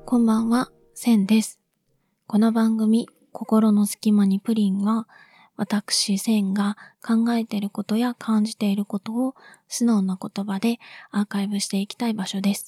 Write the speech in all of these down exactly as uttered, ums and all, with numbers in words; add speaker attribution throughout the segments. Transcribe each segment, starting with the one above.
Speaker 1: こんばんは、せんです。この番組、心の隙間にプリンは、私、せんが考えていることや感じていることを素直な言葉でアーカイブしていきたい場所です。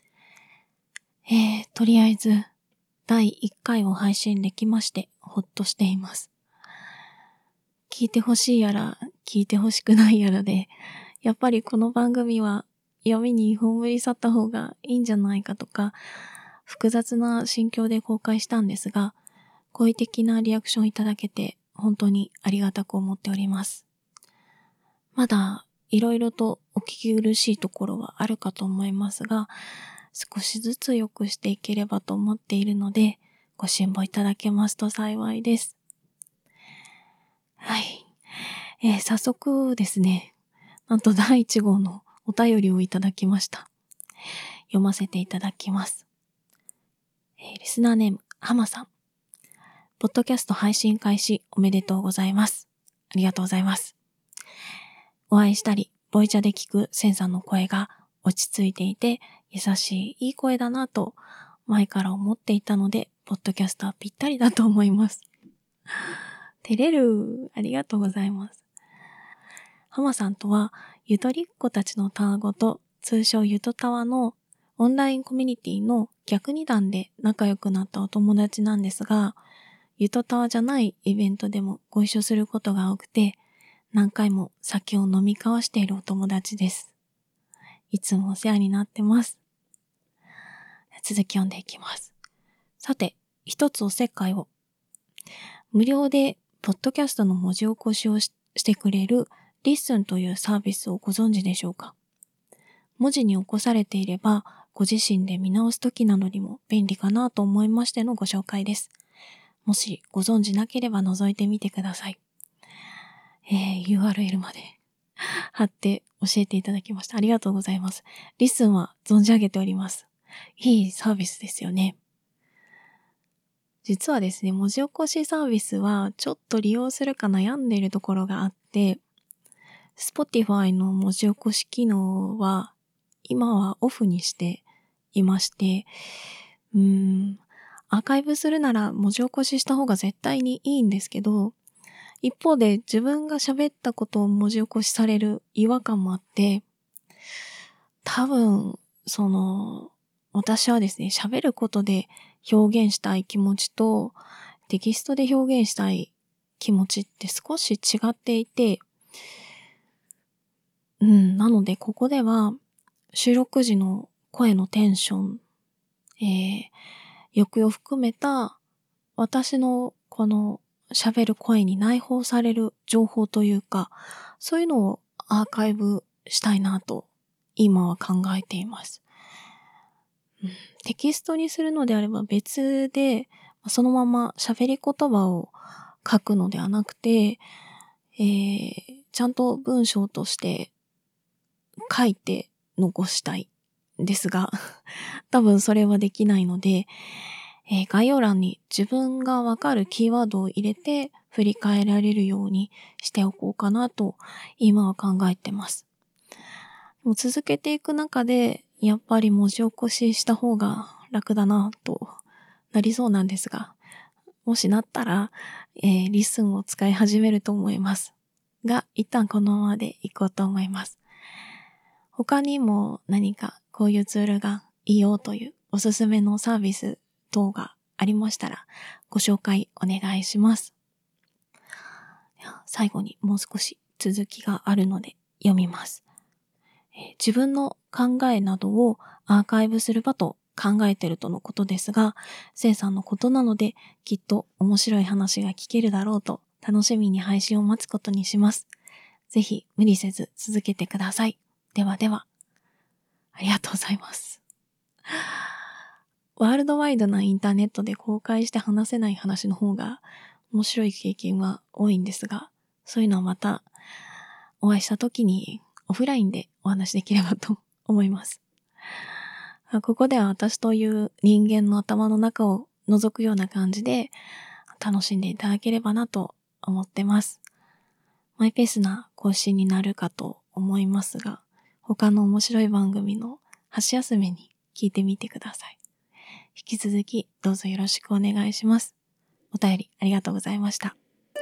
Speaker 1: えー、とりあえず、だいいっかいを配信できまして、ほっとしています。聞いてほしいやら、聞いてほしくないやらで、やっぱりこの番組は闇に葬り去った方がいいんじゃないかとか、複雑な心境で公開したんですが、好意的なリアクションいただけて本当にありがたく思っております。まだいろいろとお聞き苦しいところはあるかと思いますが、少しずつ良くしていければと思っているので、ご辛抱いただけますと幸いです。はい。えー、早速ですね、なんとだいいち号のお便りをいただきました。読ませていただきます。えー、リスナーネーム、はまさん。ポッドキャスト配信開始おめでとうございます。ありがとうございます。お会いしたり、ボイチャで聞くセンさんの声が落ち着いていて、優しいいい声だなと前から思っていたので、ポッドキャストはぴったりだと思います。照れる。ありがとうございます。ハマさんとは、ゆとりっ子たちのたわごと、通称ゆとたわのオンラインコミュニティの逆二段で仲良くなったお友達なんですが、ゆとたわじゃないイベントでもご一緒することが多くて、何回も酒を飲み交わしているお友達です。いつもお世話になってます。続き読んでいきます。さて、一つおせっかいを。無料でポッドキャストの文字起こしを し, してくれるリッスンというサービスをご存知でしょうか。文字に起こされていれば、ご自身で見直すときなどにも便利かなと思いましてのご紹介です。もしご存知なければ覗いてみてください。えー、ユーアールエル まで貼って教えていただきました。ありがとうございます。リッスンは存じ上げております。いいサービスですよね。実はですね、文字起こしサービスはちょっと利用するか悩んでいるところがあって、Spotify の文字起こし機能は今はオフにしていまして、うーん、アーカイブするなら文字起こしした方が絶対にいいんですけど、一方で自分が喋ったことを文字起こしされる違和感もあって、多分、その、私はですね、喋ることで表現したい気持ちと、テキストで表現したい気持ちって少し違っていて、うん、なのでここでは収録時の声のテンション、えー、抑揚を含めた私のこの喋る声に内包される情報というか、そういうのをアーカイブしたいなと今は考えています。うん、テキストにするのであれば別でそのまま喋り言葉を書くのではなくて、えー、ちゃんと文章として書いて残したいですが多分それはできないので、えー、概要欄に自分がわかるキーワードを入れて振り返られるようにしておこうかなと今は考えてます。もう続けていく中でやっぱり文字起こしした方が楽だなとなりそうなんですが、もしなったら、えー、リスンを使い始めると思いますが、一旦このままでいこうと思います。他にも何かこういうツールがいいよというおすすめのサービス等がありましたらご紹介お願いします。最後にもう少し続きがあるので読みます。えー、自分の考えなどをアーカイブする場と考えているとのことですが、せいさんのことなのできっと面白い話が聞けるだろうと楽しみに配信を待つことにします。ぜひ無理せず続けてください。ではでは、ありがとうございます。ワールドワイドなインターネットで公開して話せない話の方が面白い経験は多いんですが、そういうのはまたお会いした時にオフラインでお話できればと思います。ここでは私という人間の頭の中を覗くような感じで楽しんでいただければなと思ってます。マイペースな更新になるかと思いますが、他の面白い番組の箸休めに聞いてみてください。 引き続きどうぞよろしくお願いします。お便りありがとうございました。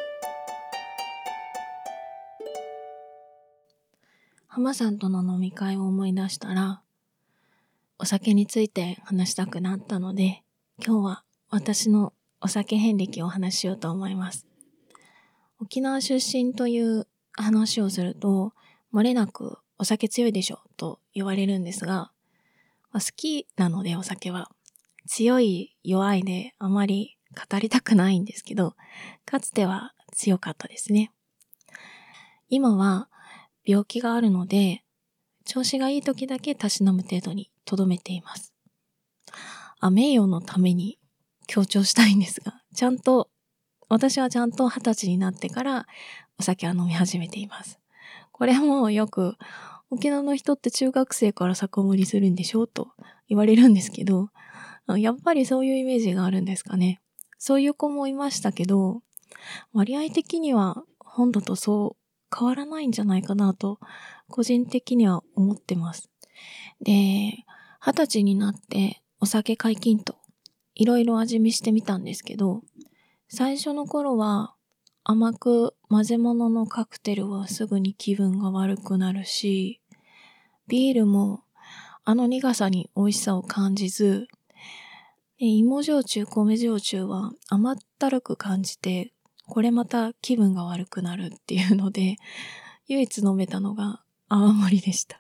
Speaker 1: 浜さんとの飲み会を思い出したら、お酒について話したくなったので、今日は私のお酒遍歴をお話ししようと思います。沖縄出身という話をすると、漏れなくお酒強いでしょと言われるんですが、好きなのでお酒は強い弱いであまり語りたくないんですけど、かつては強かったですね。今は病気があるので、調子がいい時だけたしなむ程度に留めています。あ、名誉のために強調したいんですが、ちゃんと、私はちゃんと二十歳になってからお酒は飲み始めています。これもよく、沖縄の人って中学生から酒盛りするんでしょと言われるんですけど、やっぱりそういうイメージがあるんですかね。そういう子もいましたけど、割合的には本土とそう変わらないんじゃないかなと個人的には思ってます。で、二十歳になってお酒解禁といろいろ味見してみたんですけど、最初の頃は甘く混ぜ物のカクテルはすぐに気分が悪くなるし、ビールもあの苦さに美味しさを感じず、芋焼酎、米焼酎は甘ったるく感じて、これまた気分が悪くなるっていうので、唯一飲めたのが泡盛でした。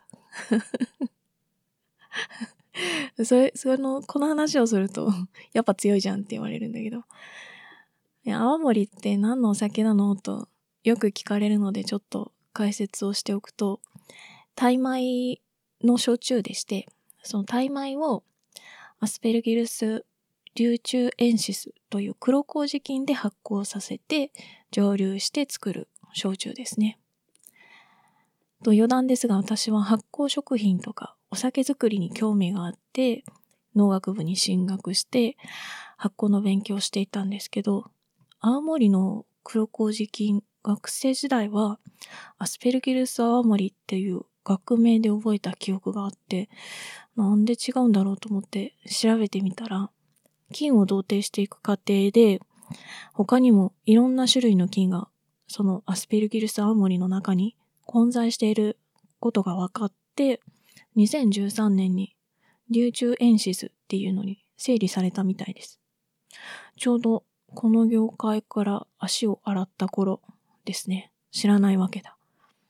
Speaker 1: それ、その、この話をすると、やっぱ強いじゃんって言われるんだけど、いや泡盛って何のお酒なのとよく聞かれるのでちょっと解説をしておくと、タイ米の焼酎でして、そのタイ米をアスペルギルス琉球エンシスという黒麹菌で発酵させて蒸留して作る焼酎ですね。と余談ですが、私は発酵食品とかお酒作りに興味があって農学部に進学して発酵の勉強をしていたんですけど、青森の黒麹菌、学生時代はアスペルギルス青森っていう学名で覚えた記憶があって、なんで違うんだろうと思って調べてみたら、菌を同定していく過程で、他にもいろんな種類の菌がそのアスペルギルス青森の中に混在していることが分かって、にせんじゅうさんねんに琉球エンシスっていうのに整理されたみたいです。ちょうどこの業界から足を洗った頃ですね。知らないわけだ。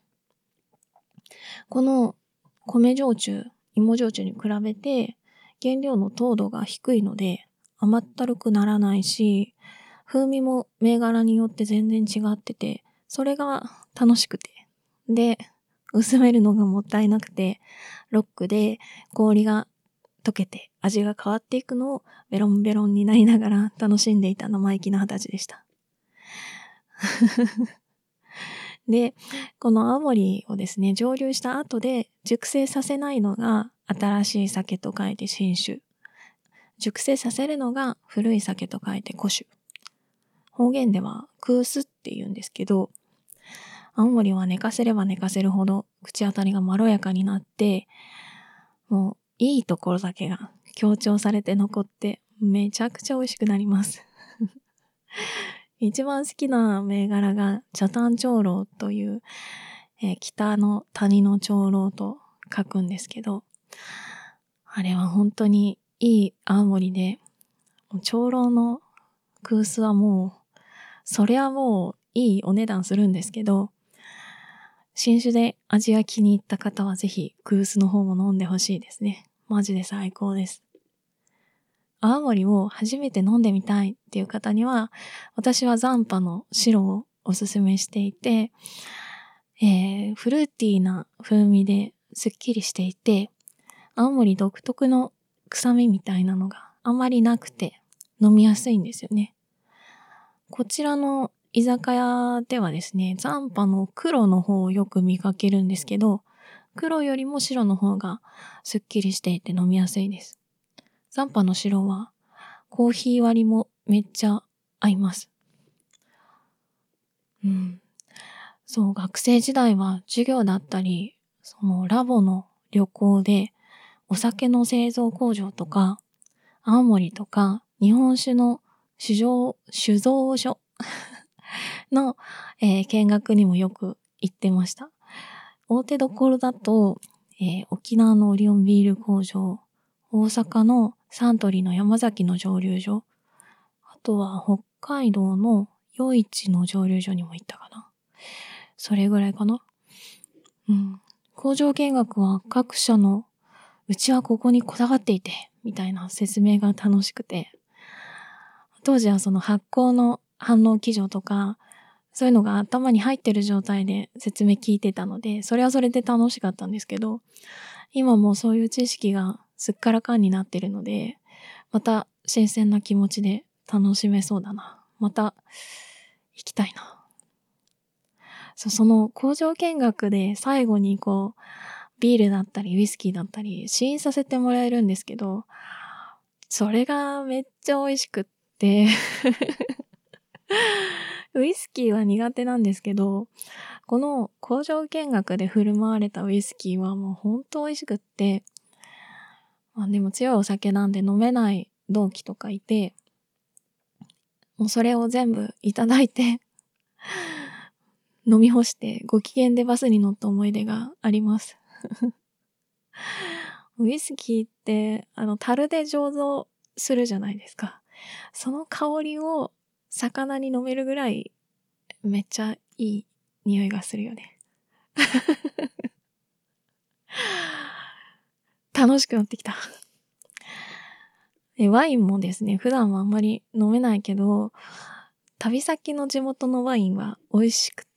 Speaker 1: この米焼酎、芋焼酎に比べて原料の糖度が低いので甘ったるくならないし、風味も銘柄によって全然違ってて、それが楽しくて。で、薄めるのがもったいなくて、ロックで氷が溶けて味が変わっていくのをベロンベロンになりながら楽しんでいた生意気な二十歳でした。で、この青森をですね、蒸留した後で熟成させないのが新しい酒と書いて新酒。熟成させるのが古い酒と書いて古酒。方言では空須って言うんですけど、青森は寝かせれば寝かせるほど口当たりがまろやかになって、もういいところだけが強調されて残ってめちゃくちゃ美味しくなります。一番好きな銘柄が茶炭長老という、えー、北の谷の長老と書くんですけど、あれは本当にいい青森で、長老の空須はもう、それはもういいお値段するんですけど、新酒で味が気に入った方はぜひ空須の方も飲んでほしいですね。マジで最高です。青森を初めて飲んでみたいっていう方には、私は残波の白をおすすめしていて、えー、フルーティーな風味ですっきりしていて、青森独特の臭みみたいなのがあんまりなくて飲みやすいんですよね。こちらの居酒屋ではですね、残波の黒の方をよく見かけるんですけど、黒よりも白の方がすっきりしていて飲みやすいです。残波の白はコーヒー割りもめっちゃ合います。うん。そう、学生時代は授業だったり、そのラボの旅行でお酒の製造工場とか、 青森とか日本酒の酒造、酒造所の、えー見学にもよく行ってました。大手どころだと、えー沖縄のオリオンビール工場、大阪のサントリーの山崎の蒸留所、あとは北海道の余市の蒸留所にも行ったかな。それぐらいかな。うん。工場見学は各社のうちはここにこだわっていて、みたいな説明が楽しくて、当時はその発酵の反応基準とか、そういうのが頭に入ってる状態で説明聞いてたので、それはそれで楽しかったんですけど、今もうそういう知識がすっからかんになってるので、また新鮮な気持ちで楽しめそうだな。また行きたいな。そう、その工場見学で最後にこう、ビールだったりウイスキーだったり試飲させてもらえるんですけど、それがめっちゃ美味しくってウイスキーは苦手なんですけど、この工場見学で振る舞われたウイスキーはもうほんと美味しくって、まあでも強いお酒なんで飲めない同期とかいて、もうそれを全部いただいて飲み干してご機嫌でバスに乗った思い出がありますウイスキーってあの樽で醸造するじゃないですか。その香りを魚に飲めるぐらいめっちゃいい匂いがするよね楽しくなってきたでワインもですね、普段はあんまり飲めないけど、旅先の地元のワインは美味しくって、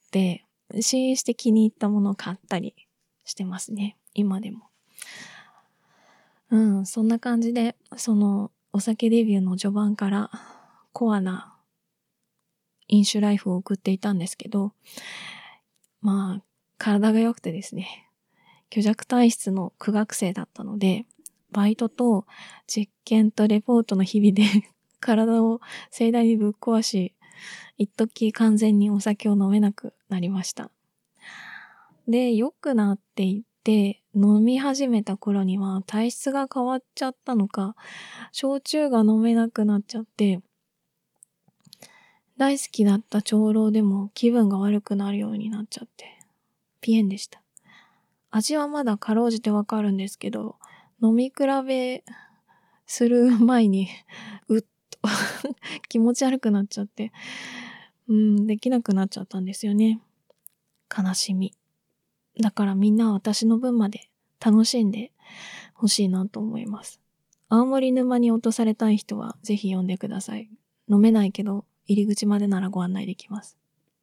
Speaker 1: 試飲して気に入ったものを買ったりしてますね。今でも。うん、そんな感じで、そのお酒デビューの序盤からコアな飲酒ライフを送っていたんですけど、まあ、体が良くてですね、虚弱体質の苦学生だったので、バイトと実験とレポートの日々で体を盛大にぶっ壊し、一時完全にお酒を飲めなくなりました。で、良くなっていって、飲み始めた頃には体質が変わっちゃったのか、焼酎が飲めなくなっちゃって、大好きだった長老でも気分が悪くなるようになっちゃって、ピエンでした。味はまだかろうじてわかるんですけど、飲み比べする前に、うっと気持ち悪くなっちゃって、うん、できなくなっちゃったんですよね。悲しみ。だからみんな私の分まで楽しんでほしいなと思います。青森沼に落とされたい人はぜひ呼んでください。飲めないけど、入り口までならご案内できます。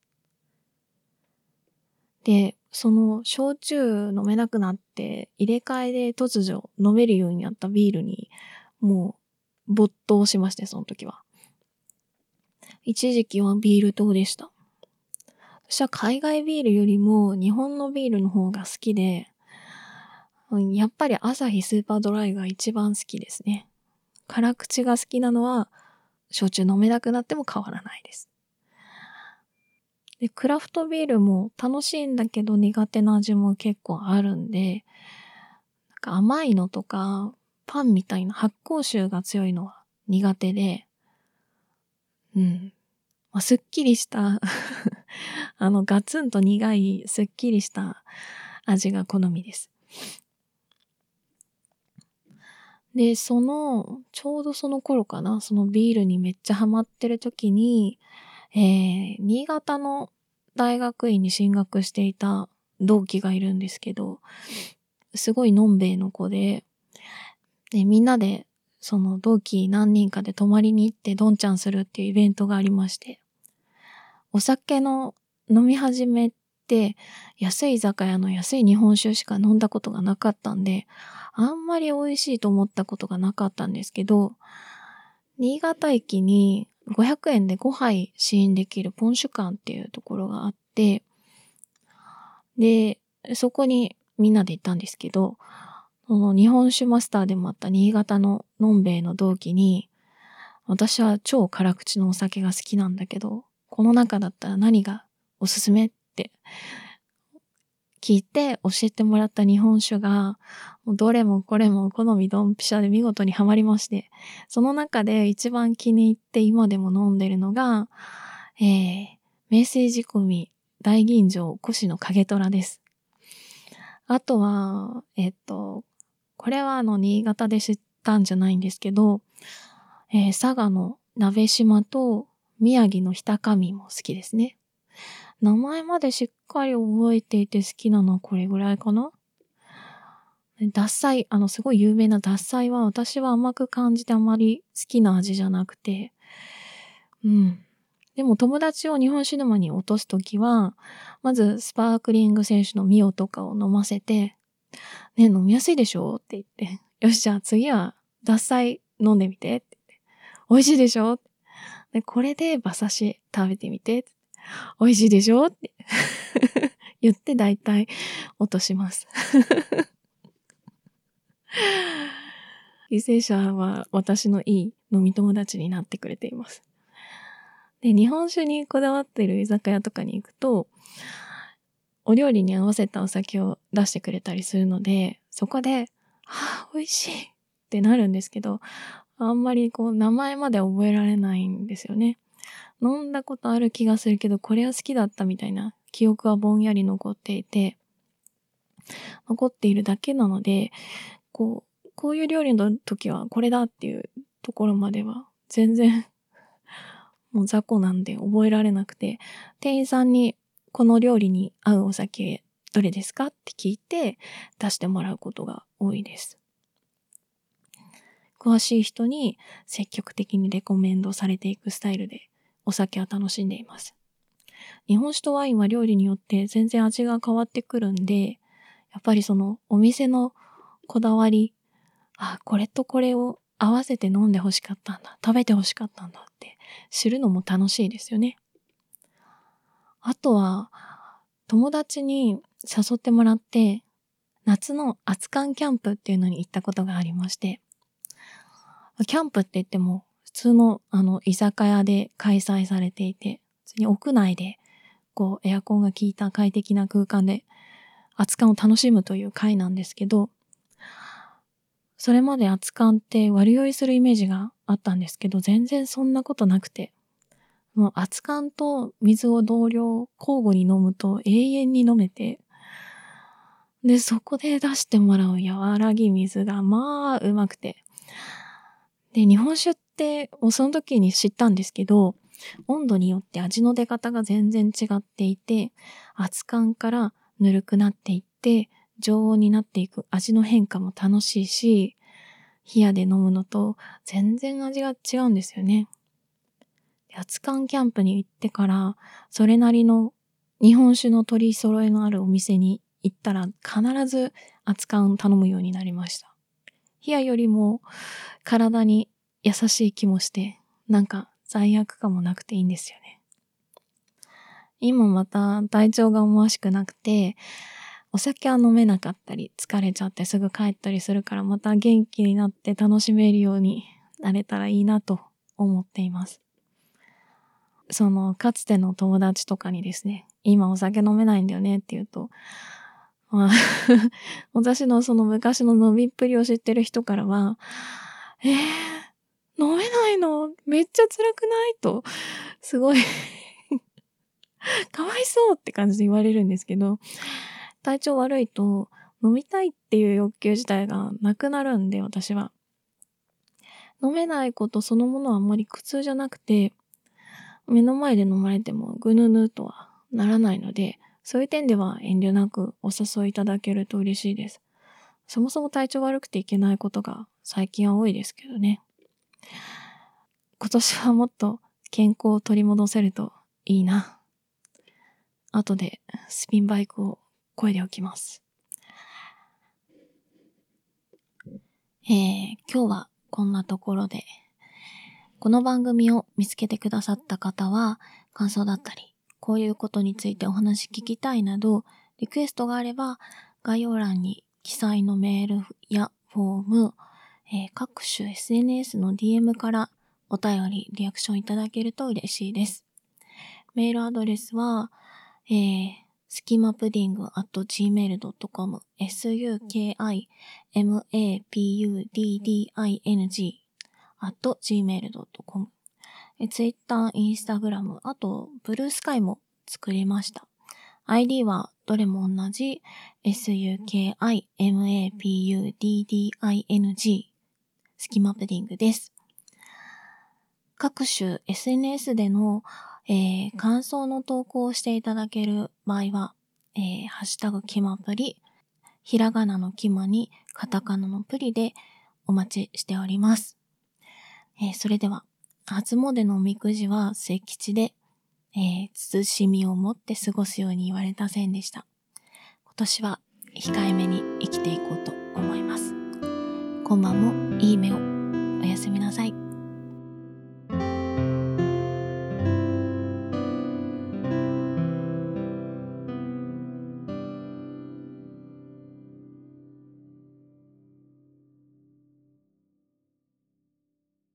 Speaker 1: で、その焼酎飲めなくなって入れ替えで突如飲めるようになったビールにもう没頭しまして、その時は。一時期はビール党でした。私は海外ビールよりも日本のビールの方が好きで、やっぱりアサヒスーパードライが一番好きですね。辛口が好きなのは焼酎飲めなくなっても変わらないです。で、クラフトビールも楽しいんだけど苦手な味も結構あるんで、なんか甘いのとかパンみたいな発酵臭が強いのは苦手で、うん。まあ、すっきりしたあのガツンと苦いすっきりした味が好みです。で、その、ちょうどその頃かな、そのビールにめっちゃハマってる時に、えー、新潟の大学院に進学していた同期がいるんですけど、すごいのんべえの子で、で、みんなで、その同期何人かで泊まりに行ってどんちゃんするっていうイベントがありまして、お酒の飲み始めって安い居酒屋の安い日本酒しか飲んだことがなかったんで、あんまり美味しいと思ったことがなかったんですけど、新潟駅にごひゃくえんでごはい試飲できるポン酒館っていうところがあって、で、そこにみんなで行ったんですけど、その日本酒マスターでもあった新潟ののんべえの同期に、私は超辛口のお酒が好きなんだけど、この中だったら何がおすすめって聞いて教えてもらった日本酒が、もうどれもこれも好みドンピシャで見事にはまりまして、その中で一番気に入って今でも飲んでるのが、えー、明治仕込み大吟醸越の影虎です。あとは、えっと、これはあの、新潟で知ったんじゃないんですけど、えー、佐賀の鍋島と宮城の日高見も好きですね。名前までしっかり覚えていて好きなのはこれぐらいかな。獺祭、あの、すごい有名な獺祭は私は甘く感じてあまり好きな味じゃなくて、うん。でも友達を日本酒沼に落とすときは、まずスパークリング選手のミオとかを飲ませて、ね、飲みやすいでしょって言って、よし、じゃあ次は獺祭飲んでみてって言って、美味しいでしょで、これで馬刺し食べてみて。美味しいでしょって言って大体落とします。犠牲者は私のいい飲み友達になってくれています。で、日本酒にこだわっている居酒屋とかに行くと、お料理に合わせたお酒を出してくれたりするので、そこで、はぁ、美味しいってなるんですけど、あんまりこう名前まで覚えられないんですよね。飲んだことある気がするけど、これは好きだったみたいな記憶はぼんやり残っていて、残っているだけなので、こう、こういう料理の時はこれだっていうところまでは全然もう雑魚なんで覚えられなくて、店員さんにこの料理に合うお酒どれですかって聞いて出してもらうことが多いです。詳しい人に積極的にレコメンドされていくスタイルでお酒は楽しんでいます。日本酒とワインは料理によって全然味が変わってくるんで、やっぱりそのお店のこだわり、あ、これとこれを合わせて飲んで欲しかったんだ、食べて欲しかったんだって知るのも楽しいですよね。あとは、友達に誘ってもらって、夏の熱燗キャンプっていうのに行ったことがありまして、キャンプって言っても、普通のあの居酒屋で開催されていて、普通に屋内でこうエアコンが効いた快適な空間で熱燗を楽しむという会なんですけど、それまで熱燗って悪酔いするイメージがあったんですけど、全然そんなことなくて、もう熱燗と水を同量交互に飲むと永遠に飲めて、で、そこで出してもらう和らぎ水がまあうまくて。で、日本酒ってもうその時に知ったんですけど、温度によって味の出方が全然違っていて、熱燗からぬるくなっていって、常温になっていく味の変化も楽しいし、冷やで飲むのと全然味が違うんですよね。熱燗キャンプに行ってから、それなりの日本酒の取り揃えのあるお店に行ったら必ず熱燗頼むようになりました。冷やよりも体に優しい気もして、なんか罪悪感もなくていいんですよね。今また体調が思わしくなくて、お酒は飲めなかったり、疲れちゃってすぐ帰ったりするから、また元気になって楽しめるようになれたらいいなと思っています。その、かつての友達とかにですね、今お酒飲めないんだよねって言うと、まあ私のその昔の飲みっぷりを知ってる人からは、えー、飲めないのめっちゃ辛くないと、すごいかわいそうって感じで言われるんですけど、体調悪いと飲みたいっていう欲求自体がなくなるんで、私は。飲めないことそのものはあんまり苦痛じゃなくて、目の前で飲まれてもぐぬぬとはならないので、そういう点では遠慮なくお誘いいただけると嬉しいです。そもそも体調悪くていけないことが最近は多いですけどね。今年はもっと健康を取り戻せるといいな。後でスピンバイクを漕いでおきます。えー、今日はこんなところで、この番組を見つけてくださった方は、感想だったり、こういうことについてお話聞きたいなど、リクエストがあれば、概要欄に記載のメールやフォーム、えー、各種 エスエヌエス の ディーエム からお便り、リアクションいただけると嬉しいです。メールアドレスは、えー、 スキマプディング アット ジーメール ドット コム スキマ pudding アット ジーメール ドット コム ツイッター、インスタグラム、あとブルースカイも作りました。アイディー はどれも同じ スキマ pudding スキマプディングです。各種 エスエヌエス での、えー、感想の投稿をしていただける場合は、えー、ハッシュタグキマプリ、ひらがなのキマにカタカナのプリでお待ちしております。えー、それでは、初詣のおみくじは末吉で、えー、慎みを持って過ごすように言われたせんでした。今年は控えめに生きていこうと思います。今晩もいい目を。おやすみなさい。